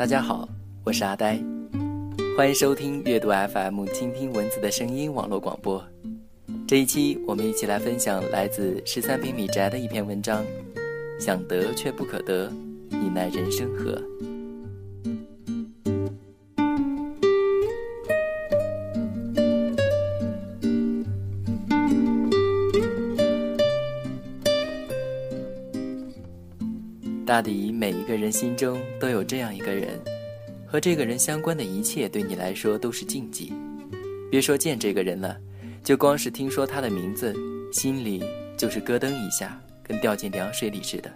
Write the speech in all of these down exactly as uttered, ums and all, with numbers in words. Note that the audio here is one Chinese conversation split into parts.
大家好，我是阿呆，欢迎收听阅读 F M 倾听文字的声音网络广播。这一期我们一起来分享来自十三平米宅的一篇文章，想得却不可得，你奈人生何？大抵每一个人心中都有这样一个人，和这个人相关的一切对你来说都是禁忌。别说见这个人了，就光是听说他的名字，心里就是咯噔一下，跟掉进凉水里似的。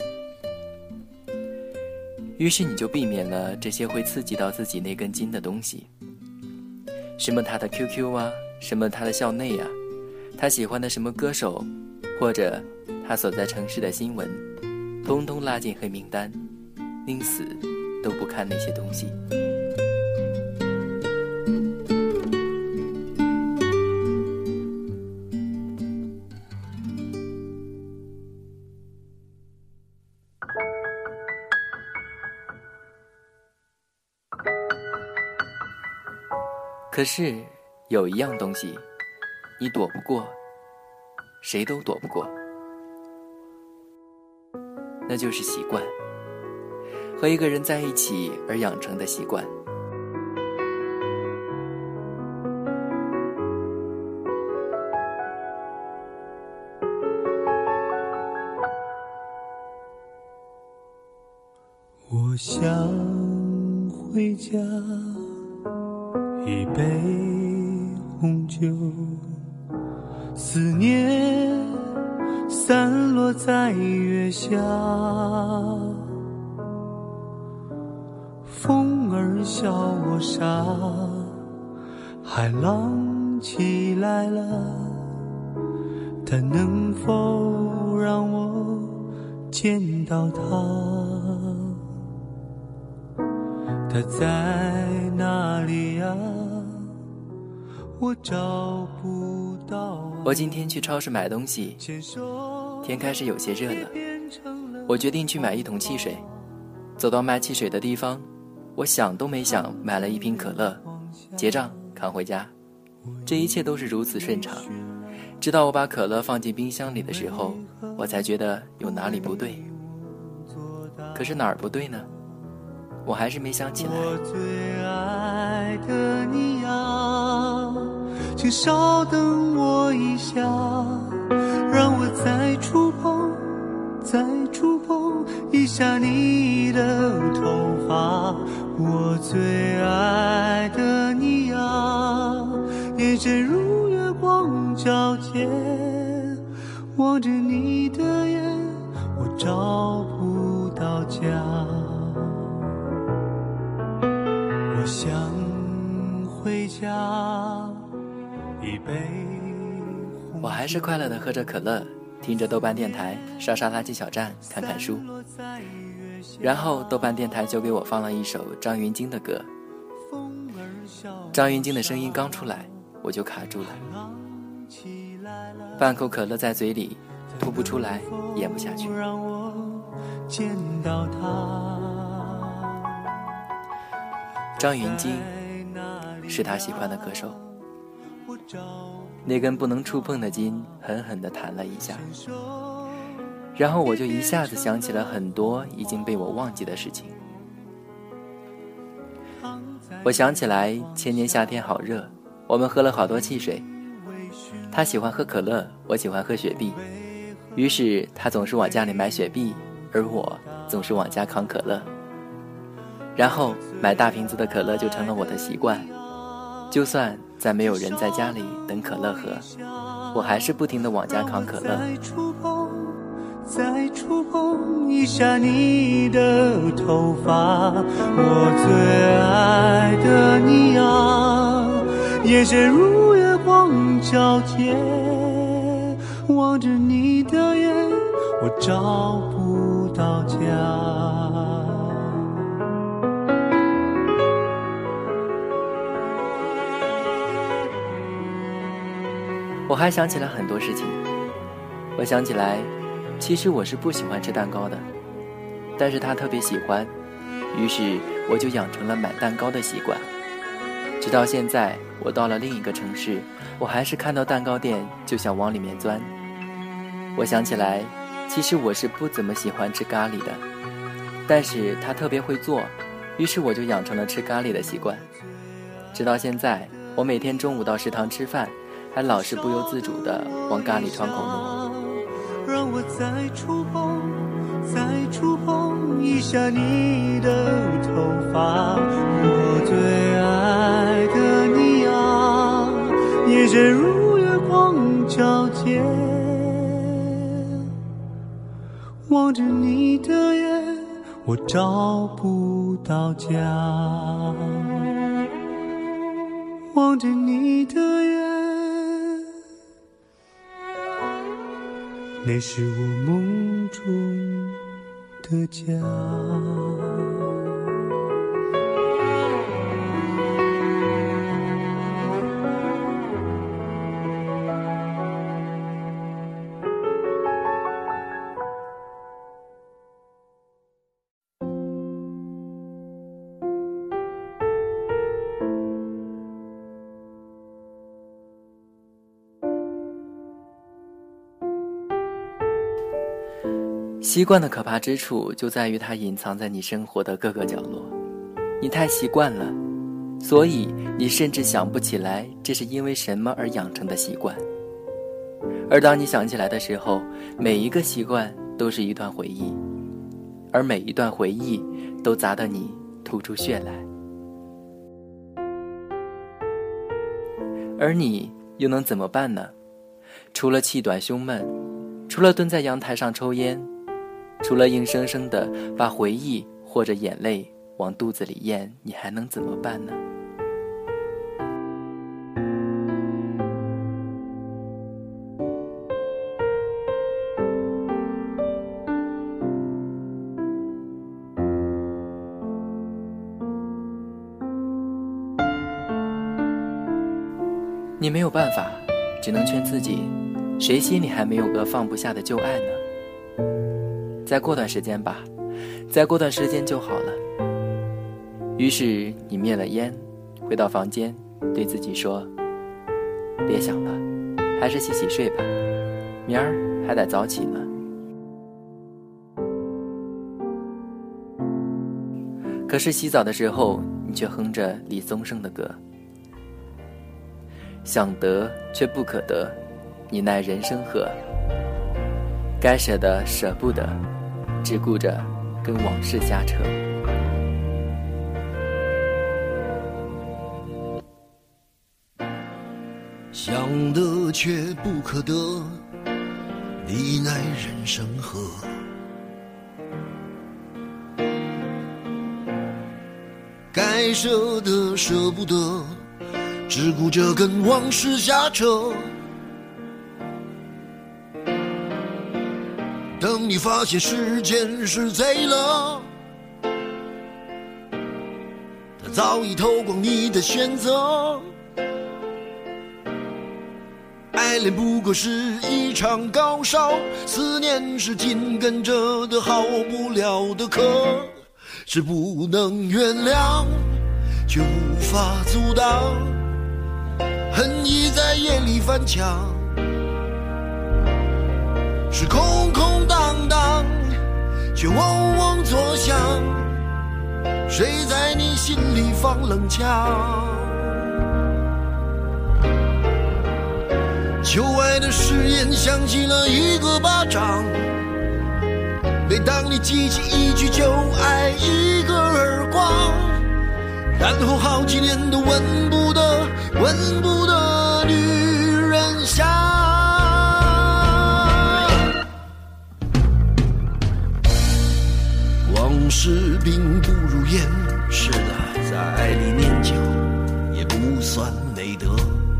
于是你就避免了这些会刺激到自己那根筋的东西，什么他的 Q Q 啊，什么他的校内啊，他喜欢的什么歌手，或者他所在城市的新闻，通通拉进黑名单，宁死都不看那些东西。可是有一样东西，你躲不过，谁都躲不过，那就是习惯，和一个人在一起而养成的习惯。 我想回家，一杯红酒，思念散落在月下，风儿笑我傻，海浪起来了，它能否让我见到它？它在哪里呀？我找不到啊。 我今天去超市买东西，天开始有些热了，我决定去买一桶汽水。走到卖汽水的地方，我想都没想买了一瓶可乐，结账扛回家。这一切都是如此顺畅，直到我把可乐放进冰箱里的时候，我才觉得有哪里不对。可是哪儿不对呢？我还是没想起来。 我最爱的你呀，请稍等我一下，让我再触碰再触碰一下你的头发。我最爱的你呀，眼神如月光皎洁，望着你的眼，我找不到家。我想回家，一杯。 我还是快乐地喝着可乐，听着豆瓣电台，刷刷垃圾小站，看看书。然后豆瓣电台就给我放了一首张芸京的歌。张芸京的声音刚出来，我就卡住了，半口可乐在嘴里，吐不出来，咽不下去。 让我见到他。 张芸京是他喜欢的歌手，那根不能触碰的筋狠狠地弹了一下，然后我就一下子想起了很多已经被我忘记的事情。我想起来前年夏天好热，我们喝了好多汽水，他喜欢喝可乐，我喜欢喝雪碧，于是他总是往家里买雪碧，而我总是往家扛可乐。然后买大瓶子的可乐就成了我的习惯，就算再没有人在家里等可乐喝，我还是不停地往家扛可乐。 再触碰再触碰一下你的头发。我最爱的你呀，眼神如月光皎洁，望着你的眼，我找不到家。 我还想起来很多事情。我想起来，其实我是不喜欢吃蛋糕的，但是他特别喜欢，于是我就养成了买蛋糕的习惯。直到现在，我到了另一个城市，我还是看到蛋糕店就想往里面钻。我想起来，其实我是不怎么喜欢吃咖喱的，但是他特别会做，于是我就养成了吃咖喱的习惯。直到现在，我每天中午到食堂吃饭，还老是不由自主地往咖喱窗口挪。 让我再触碰，再触碰一下你的头发，我最爱的你啊，眼神如月光皎洁，望着你的眼，我找不到家，望着你的眼，那是我梦中的家。 习惯的可怕之处就在于它隐藏在你生活的各个角落，你太习惯了，所以你甚至想不起来这是因为什么而养成的习惯。而当你想起来的时候，每一个习惯都是一段回忆，而每一段回忆都砸得你吐出血来。而你又能怎么办呢？除了气短胸闷，除了蹲在阳台上抽烟，除了硬生生的把回忆或者眼泪往肚子里咽，你还能怎么办呢？你没有办法，只能劝自己，谁心里还没有个放不下的旧爱呢？再过段时间吧，再过段时间就好了。于是你灭了烟，回到房间，对自己说，别想了，还是洗洗睡吧，明儿还得早起呢。可是洗澡的时候，你却哼着李宗盛的歌，想得却不可得，你奈人生何？该舍的舍不得，只顾着跟往事瞎扯。 想得却不可得，你奈人生何？该舍的舍不得，只顾着跟往事瞎扯。等你发现时间是贼了，它早已偷光你的选择。爱恋不过是一场高烧，思念是紧跟着的好不了的渴，是不能原谅却无法阻挡，恨意在夜里翻墙，是空空荡荡却嗡嗡作响，谁在你心里放冷枪？旧爱的誓言响起了一个巴掌，每当你记起一句就爱，一个耳光，然后好几年都闻不得闻不得女人香。往事并不如烟，是的，在爱里念旧也不算美德。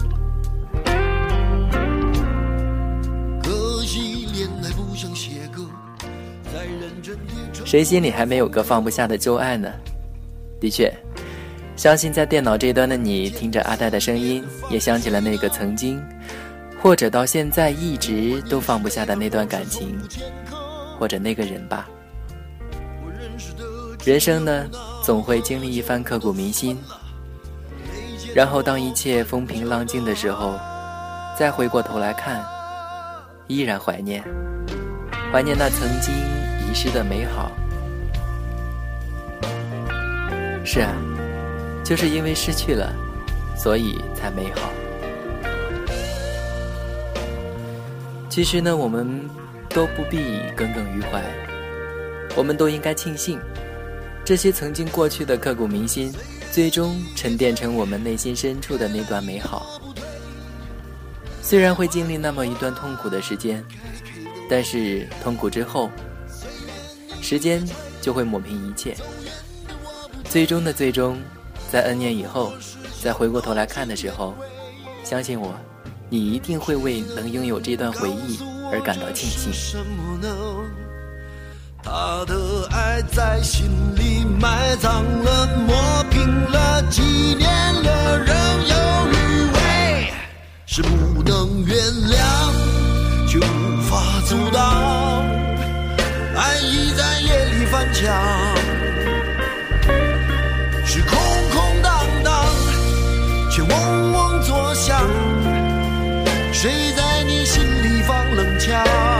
可惜恋爱不像写歌，再认真也谁心里还没有个放不下的旧爱呢？的确，相信在电脑这端的你听着阿呆的声音，也想起了那个曾经或者到现在一直都放不下的那段感情，或者那个人吧。人生呢， 总会经历一番刻骨铭心，然后当一切风平浪静的时候，再回过头来看，依然怀念，怀念那曾经遗失的美好。是啊，就是因为失去了，所以才美好。其实呢，我们都不必耿耿于怀，我们都应该庆幸，这些曾经过去的刻骨铭心，最终沉淀成我们内心深处的那段美好。虽然会经历那么一段痛苦的时间，但是痛苦之后，时间就会抹平一切。最终的最终，在 N 年以后，再回过头来看的时候，相信我，你一定会为能拥有这段回忆而感到庆幸。 什么呢？他的爱在心里埋葬了，磨平了，几年了，仍有余味，是不能原谅，却无法阻挡，爱意在夜里翻墙，是空空荡荡，却嗡嗡作响，谁在你心里放冷枪？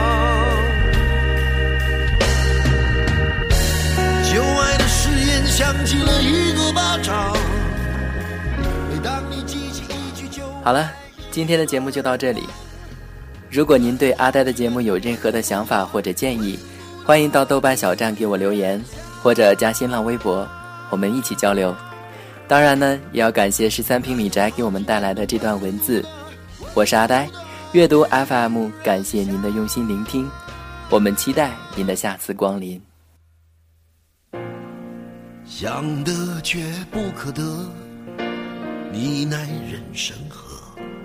旧爱的誓言响起了一个巴掌，每当你记起一句就…… 好了，今天的节目就到这里。如果您对阿呆的节目有任何的想法或者建议，欢迎到豆瓣小站给我留言，或者加新浪微博，我们一起交流。当然呢，也要感谢十三平米宅给我们带来的这段文字。我是阿呆，阅读 F M， 感谢您的用心聆听，我们期待您的下次光临。 想得却不可得，你奈人生何？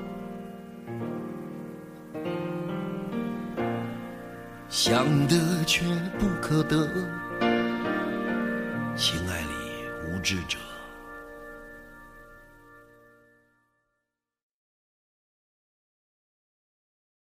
想得却不可得，情爱里无知者。